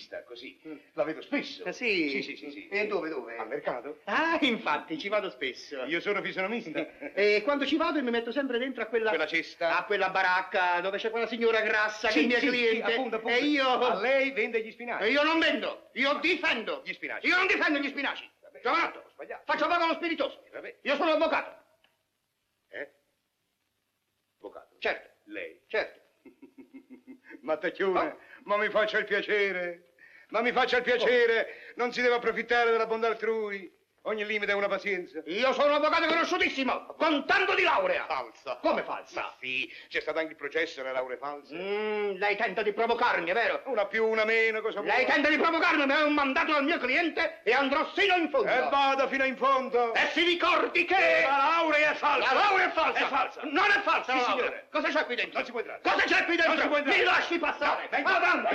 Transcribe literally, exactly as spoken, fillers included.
vista, così. La vedo spesso. Ah, sì? Sì, sì, sì, sì. E dove, dove? Al mercato. Ah, infatti, ci vado spesso. Io sono fisionomista. E quando ci vado mi metto sempre dentro a quella... Quella cesta? A quella baracca dove c'è quella signora grassa che è Sì, mia sì, cliente. sì, appunto, appunto. E io... A lei vende gli spinaci. E io non vendo, io difendo. Gli spinaci. Io non difendo gli spinaci. Vabbè, Giovanotto, ho sbagliato. faccio poco lo spiritoso. Eh, vabbè. Io sono avvocato. Eh? Avvocato? Certo, Lei? certo. Mattacchione, Oh. ma mi faccia il piacere. Ma mi faccia il piacere. Non si deve approfittare della bontà altrui. Ogni limite è una pazienza. Io sono un avvocato conosciutissimo, con tanto di laurea. Falsa. Come falsa? Ma sì, c'è stato anche il processo alle lauree false. Mm, lei tenta di provocarmi, è vero? Una più, una meno, cosa vuole? Lei tenta di provocarmi, ma è un mandato dal mio cliente e andrò sino in fondo. E vada fino in fondo. E si ricordi che... La laurea è falsa. La laurea è falsa. È falsa. Non è falsa Sì, la laurea. signore. Cosa c'è qui dentro? Non si può entrare. Cosa c'è qui dentro? Non si può entrare. Mi lasci passare. No, venga. Avanti.